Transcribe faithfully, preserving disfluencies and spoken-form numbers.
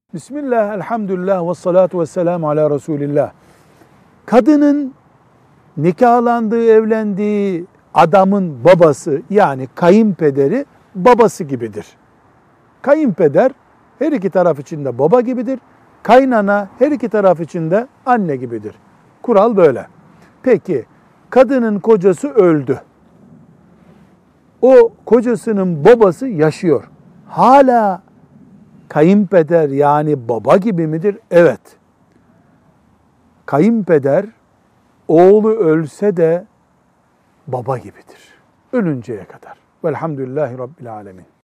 Bismillah, elhamdülillah ve salatu ve selamu ala Resulillah. Kadının nikahlandığı, evlendiği adamın babası yani kayınpederi babası gibidir. Kayınpeder her iki taraf için de baba gibidir. Kaynana her iki taraf için de anne gibidir. Kural böyle. Peki kadının kocası öldü. O kocasının babası yaşıyor. Hala kayınpeder yani baba gibi midir? Evet. Kayınpeder oğlu ölse de baba gibidir. Ölünceye kadar. Velhamdülillahi Rabbil alemin.